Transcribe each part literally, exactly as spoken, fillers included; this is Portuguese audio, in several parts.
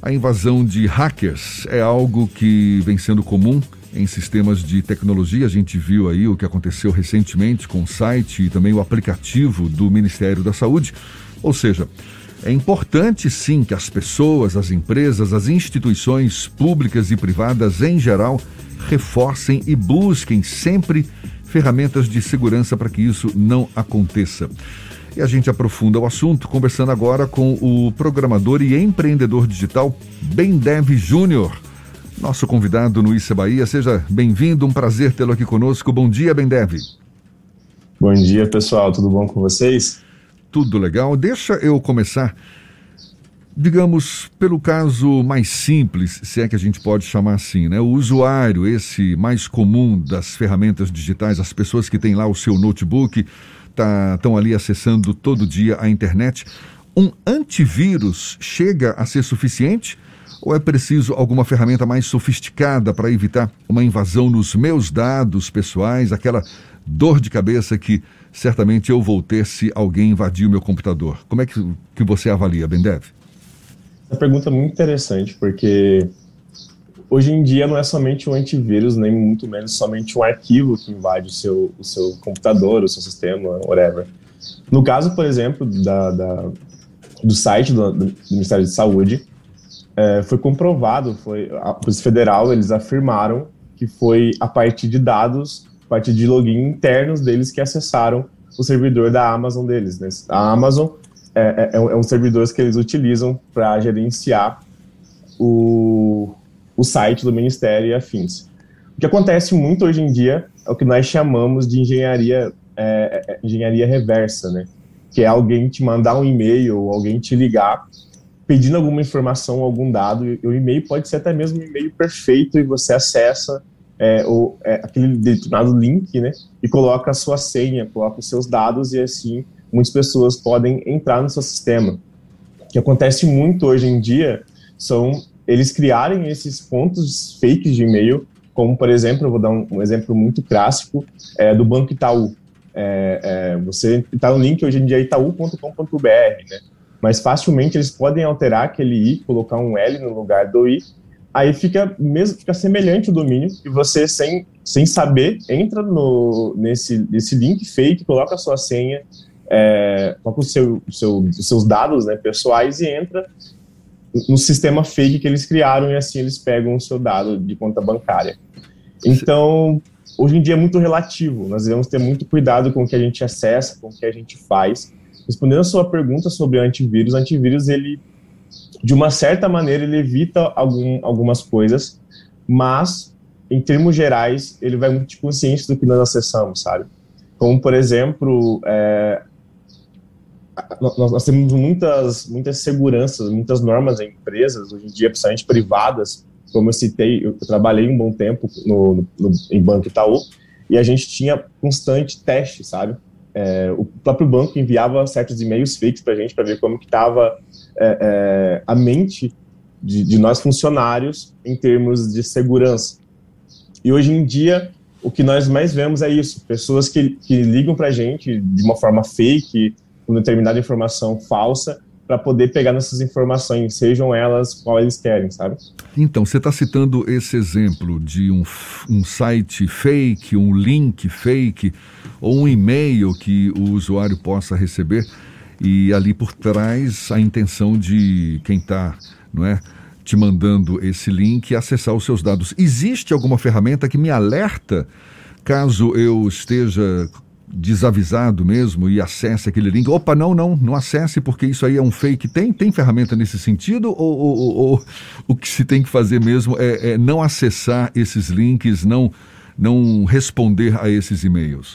A invasão de hackers é algo que vem sendo comum em sistemas de tecnologia. A gente viu aí o que aconteceu recentemente com o site e também o aplicativo do Ministério da Saúde. Ou seja, é importante sim que as pessoas, as empresas, as instituições públicas e privadas em geral reforcem e busquem sempre ferramentas de segurança para que isso não aconteça. E a gente aprofunda o assunto conversando agora com o programador e empreendedor digital Bendev Júnior, nosso convidado no Issa Bahia. Seja bem-vindo, um prazer tê-lo aqui conosco. Bom dia, Bendev. Bom dia, pessoal. Tudo bom com vocês? Tudo legal. Deixa eu começar, digamos, pelo caso mais simples, se é que a gente pode chamar assim, né? O usuário, esse mais comum das ferramentas digitais, as pessoas que têm lá o seu notebook, estão ali acessando todo dia a internet. Um antivírus chega a ser suficiente? Ou é preciso alguma ferramenta mais sofisticada para evitar uma invasão nos meus dados pessoais, aquela dor de cabeça que certamente eu vou ter se alguém invadir o meu computador? Como é que, que você avalia, Bendev? Essa pergunta é muito interessante, porque hoje em dia não é somente um antivírus, nem muito menos somente um arquivo que invade o seu, o seu computador, o seu sistema, whatever. No caso, por exemplo, da, da, do site do, do Ministério de Saúde, é, foi comprovado, foi, a Polícia Federal, eles afirmaram que foi a partir de dados, a partir de login internos deles que acessaram o servidor da Amazon deles, né? A Amazon é, é, é um servidor que eles utilizam para gerenciar o... o site do Ministério e afins. O que acontece muito hoje em dia é o que nós chamamos de engenharia, é, é, engenharia reversa, né? Que é alguém te mandar um e-mail ou alguém te ligar pedindo alguma informação, algum dado, e o e-mail pode ser até mesmo um e-mail perfeito e você acessa é, o, é, aquele determinado link, né? E coloca a sua senha, coloca os seus dados e assim muitas pessoas podem entrar no seu sistema. O que acontece muito hoje em dia são eles criarem esses pontos fakes de e-mail, como, por exemplo, eu vou dar um, um exemplo muito clássico, é, do Banco Itaú. É, é, você está no link hoje em dia itaú ponto com ponto b r, né? Mas facilmente eles podem alterar aquele i, colocar um L no lugar do i, aí fica, mesmo, fica semelhante o domínio, e você, sem, sem saber, entra no, nesse, nesse link fake, coloca a sua senha, é, coloca o seu, o seu, os seus dados, né, pessoais e entra no sistema fake que eles criaram, e assim eles pegam o seu dado de conta bancária. Então, hoje em dia é muito relativo, nós devemos ter muito cuidado com o que a gente acessa, com o que a gente faz. Respondendo a sua pergunta sobre antivírus, antivírus, ele, de uma certa maneira, ele evita algum, algumas coisas, mas, em termos gerais, ele vai muito consciente do que nós acessamos, sabe? Como, por exemplo, é, Nós, nós temos muitas, muitas seguranças, muitas normas em empresas, hoje em dia, principalmente privadas. Como eu citei, eu trabalhei um bom tempo no, no, em Banco Itaú, e a gente tinha constante teste, sabe? É, o próprio banco enviava certos e-mails fakes para a gente, para ver como que estava é, é, a mente de, de nós funcionários em termos de segurança. E hoje em dia, o que nós mais vemos é isso, pessoas que, que ligam para a gente de uma forma fake, com determinada informação falsa, para poder pegar nessas informações, sejam elas qual eles querem, sabe? Então, você está citando esse exemplo de um, um site fake, um link fake, ou um e-mail que o usuário possa receber, e ali por trás a intenção de quem está, não é, te mandando esse link acessar os seus dados. Existe alguma ferramenta que me alerta caso eu esteja desavisado mesmo e acesse aquele link? Opa, não, não, não acesse porque isso aí é um fake. Tem, tem ferramenta nesse sentido ou, ou, ou, ou o que se tem que fazer mesmo é, é não acessar esses links, não, não responder a esses e-mails?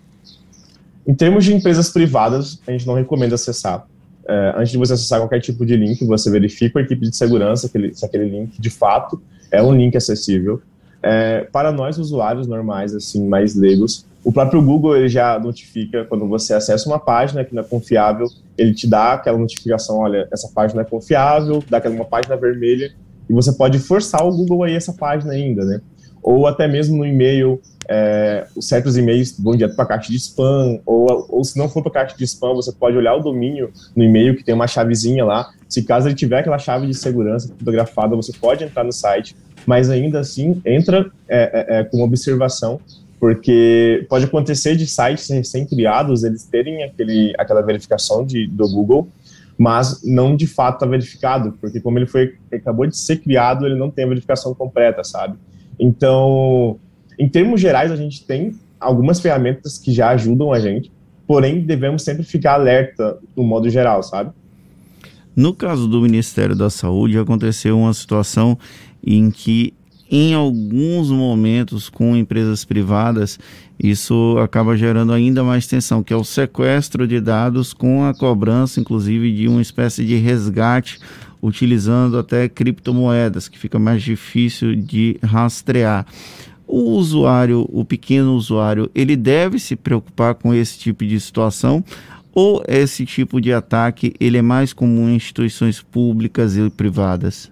Em termos de empresas privadas, a gente não recomenda acessar. É, antes de você acessar qualquer tipo de link, você verifica com a equipe de segurança aquele, se aquele link de fato é um link acessível. É, para nós, usuários normais, assim, mais leigos, o próprio Google ele já notifica quando você acessa uma página que não é confiável, ele te dá aquela notificação, olha, essa página é confiável, dá aquela uma página vermelha, e você pode forçar o Google a ir essa página ainda, né? ou até mesmo no e-mail, é, certos e-mails vão direto para a caixa de spam, ou, ou se não for para a caixa de spam, você pode olhar o domínio no e-mail, que tem uma chavezinha lá. Se caso ele tiver aquela chave de segurança fotografada, você pode entrar no site, mas ainda assim entra é, é, é, com observação, porque pode acontecer de sites recém-criados eles terem aquele, aquela verificação de, do Google, mas não de fato está verificado, porque como ele foi ele acabou de ser criado, ele não tem a verificação completa, sabe? Então, em termos gerais, a gente tem algumas ferramentas que já ajudam a gente, porém, devemos sempre ficar alerta no modo geral, sabe? No caso do Ministério da Saúde, aconteceu uma situação em que, em alguns momentos, com empresas privadas, isso acaba gerando ainda mais tensão, que é o sequestro de dados com a cobrança, inclusive, de uma espécie de resgate, utilizando até criptomoedas, que fica mais difícil de rastrear. O usuário, o pequeno usuário, ele deve se preocupar com esse tipo de situação, ou esse tipo de ataque ele é mais comum em instituições públicas e privadas?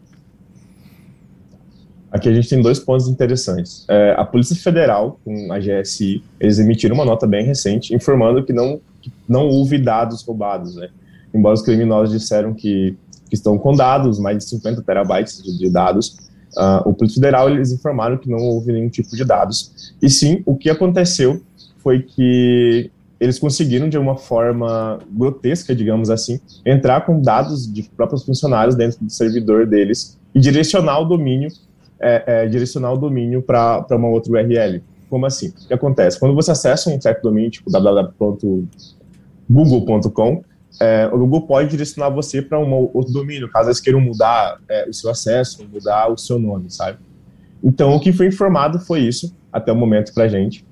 Aqui a gente tem dois pontos interessantes. É, a Polícia Federal, com a G S I, eles emitiram uma nota bem recente informando que não, que não houve dados roubados, né? Embora os criminosos disseram que, que estão com dados, mais de cinquenta terabytes de, de dados, uh, o Polícia Federal, eles informaram que não houve nenhum tipo de dados. E sim, o que aconteceu foi que eles conseguiram, de uma forma grotesca, digamos assim, entrar com dados de próprios funcionários dentro do servidor deles e direcionar o domínio É, é, direcionar o domínio para uma outra U R L. Como assim? O que acontece? Quando você acessa um certo domínio, tipo w w w ponto google ponto com, é, o Google pode direcionar você para um outro domínio, caso eles queiram mudar é, o seu acesso, mudar o seu nome, sabe? Então, o que foi informado foi isso, até o momento para a gente.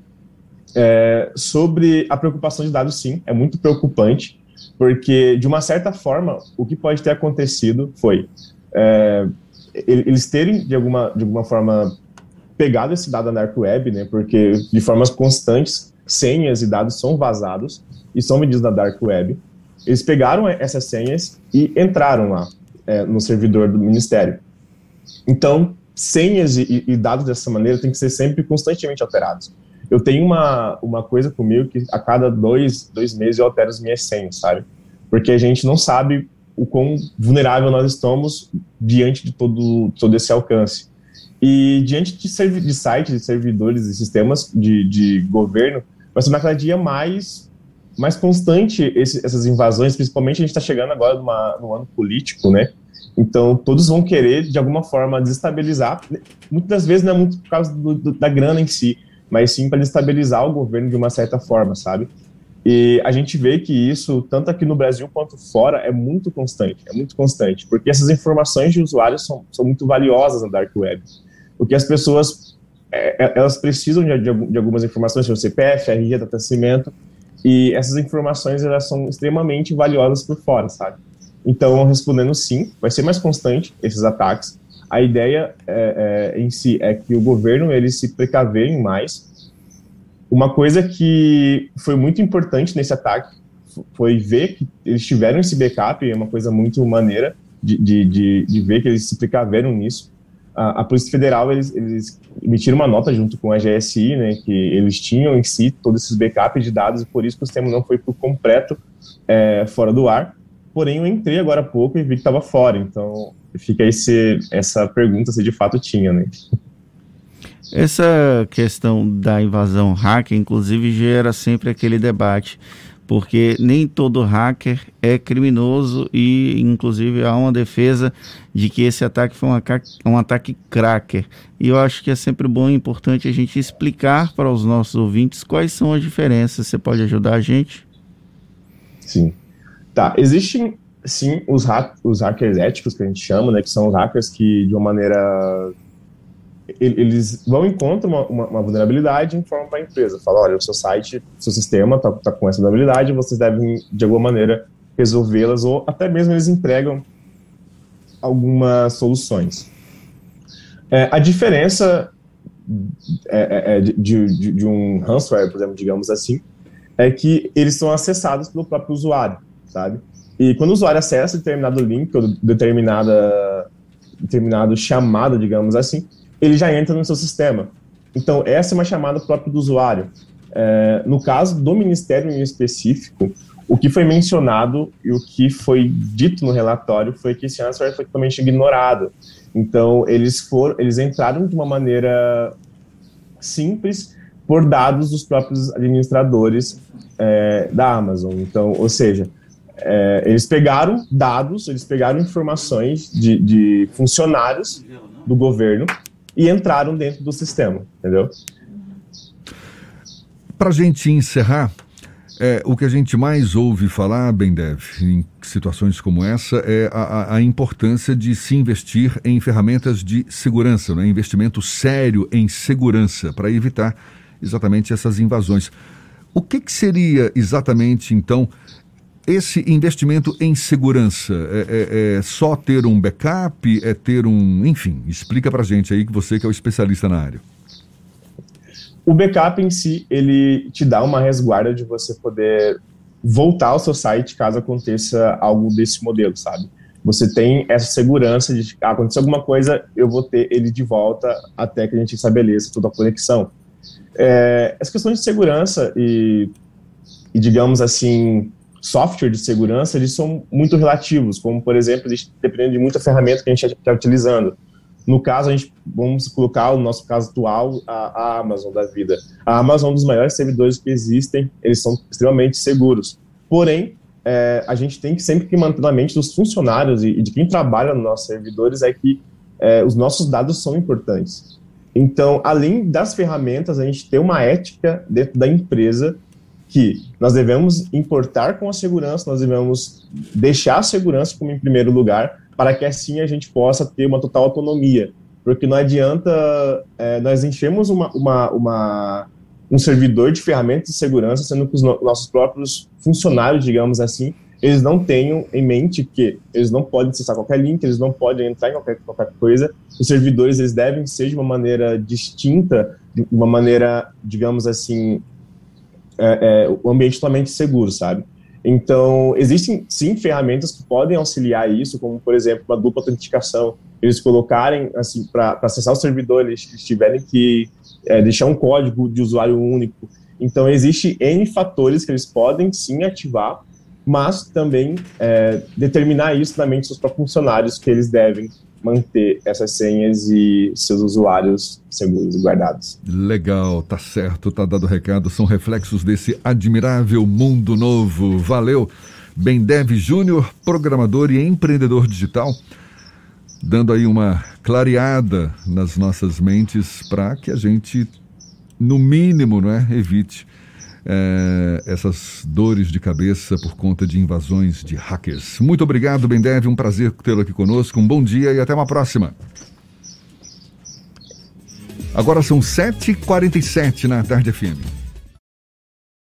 É, sobre a preocupação de dados, sim, é muito preocupante, porque, de uma certa forma, o que pode ter acontecido foi... É, eles terem, de alguma, de alguma forma, pegado esse dado na Dark Web, né, porque de formas constantes, senhas e dados são vazados e são vendidos na Dark Web. Eles pegaram essas senhas e entraram lá, é, no servidor do Ministério. Então, senhas e, e dados dessa maneira têm que ser sempre constantemente alterados. Eu tenho uma, uma coisa comigo que a cada dois, dois meses eu altero as minhas senhas, sabe? Porque a gente não sabe o quão vulnerável nós estamos diante de todo, todo esse alcance. E diante de, servi- de sites, de servidores e sistemas de, de governo, vai ser cada dia mais, mais constante esse, essas invasões, principalmente a gente está chegando agora numa, num ano político, né? Então, todos vão querer, de alguma forma, desestabilizar. Muitas das vezes não é muito por causa do, do, da grana em si, mas sim para desestabilizar o governo de uma certa forma, sabe? E a gente vê que isso, tanto aqui no Brasil quanto fora, é muito constante, é muito constante, porque essas informações de usuários são, são muito valiosas na Dark Web, porque as pessoas, é, elas precisam de, de, de algumas informações, como C P F, R G, data de nascimento, e essas informações, elas são extremamente valiosas por fora, sabe? Então, respondendo sim, vai ser mais constante esses ataques. A ideia é, é, em si é que o governo, eles se precaverem mais. Uma coisa que foi muito importante nesse ataque foi ver que eles tiveram esse backup, é uma coisa muito maneira de, de, de, de ver que eles se precaveram nisso. A, a Polícia Federal, eles, eles emitiram uma nota junto com a G S I, né, que eles tinham em si todos esses backups de dados e por isso que o sistema não foi por completo é, fora do ar. Porém, eu entrei agora há pouco e vi que estava fora, então fica esse, essa pergunta se de fato tinha, né? Essa questão da invasão hacker, inclusive, gera sempre aquele debate, porque nem todo hacker é criminoso e, inclusive, há uma defesa de que esse ataque foi um ataque, um ataque cracker. E eu acho que é sempre bom e importante a gente explicar para os nossos ouvintes quais são as diferenças. Você pode ajudar a gente? Sim. Tá, existem, sim, os, ha- os hackers éticos, que a gente chama, né, que são os hackers que, de uma maneira... eles vão encontrar uma, uma, uma vulnerabilidade e informam para a empresa. Falam, olha, o seu site, o seu sistema está tá com essa vulnerabilidade, vocês devem, de alguma maneira, resolvê-las, ou até mesmo eles entregam algumas soluções. É, a diferença é, é, de, de, de um ransomware, por exemplo, digamos assim, é que eles são acessados pelo próprio usuário, sabe? E quando o usuário acessa determinado link ou determinada, determinado chamada, digamos assim, ele já entra no seu sistema. Então, essa é uma chamada própria do usuário. É, no caso do Ministério em específico, o que foi mencionado e o que foi dito no relatório foi que esse ransomware foi totalmente ignorado. Então, eles, foram, eles entraram de uma maneira simples por dados dos próprios administradores é, da Amazon. Então, ou seja, é, eles pegaram dados, eles pegaram informações de, de funcionários do governo e entraram dentro do sistema, entendeu? Para a gente encerrar, é, o que a gente mais ouve falar, Bendev, em situações como essa, é a, a importância de se investir em ferramentas de segurança, né? Investimento sério em segurança para evitar exatamente essas invasões. O que, que seria exatamente, então, esse investimento em segurança? É, é, é só ter um backup? É ter um... Enfim, explica para a gente aí, que você que é o especialista na área. O backup em si, ele te dá uma resguarda de você poder voltar ao seu site caso aconteça algo desse modelo, sabe? Você tem essa segurança de ah, acontecer alguma coisa, eu vou ter ele de volta até que a gente estabeleça toda a conexão. É, as questões de segurança e, e, digamos assim, software de segurança, eles são muito relativos, como, por exemplo, dependendo de muita ferramenta que a gente está utilizando. No caso, a gente, vamos colocar o nosso caso atual, a, a Amazon da vida. A Amazon é um dos maiores servidores que existem, eles são extremamente seguros. Porém, é, a gente tem que sempre que manter na mente dos funcionários e, e de quem trabalha nos nossos servidores é que é, os nossos dados são importantes. Então, além das ferramentas, a gente tem uma ética dentro da empresa que nós devemos importar com a segurança, nós devemos deixar a segurança como em primeiro lugar, para que assim a gente possa ter uma total autonomia. Porque não adianta é, nós enchermos uma, uma, uma, um servidor de ferramentas de segurança, sendo que os no, nossos próprios funcionários, digamos assim, eles não tenham em mente que eles não podem acessar qualquer link, eles não podem entrar em qualquer, qualquer coisa. Os servidores, eles devem ser de uma maneira distinta, de uma maneira, digamos assim, é, é, um ambiente totalmente seguro, sabe? Então, existem, sim, ferramentas que podem auxiliar isso, como, por exemplo, uma dupla autenticação. Eles colocarem, assim, para acessar o servidor, eles, eles tiverem que é, deixar um código de usuário único. Então, existe N fatores que eles podem, sim, ativar, mas também é, determinar isso na mente dos próprios funcionários, que eles devem manter essas senhas e seus usuários seguros e guardados. Legal, tá certo, tá dado o recado, são reflexos desse admirável mundo novo. Valeu, Bendev Júnior, programador e empreendedor digital, dando aí uma clareada nas nossas mentes para que a gente, no mínimo, não é, evite É, essas dores de cabeça por conta de invasões de hackers. Muito obrigado, Bendev, um prazer tê-lo aqui conosco, um bom dia e até uma próxima. Agora são sete e quarenta e sete na Tarde F M.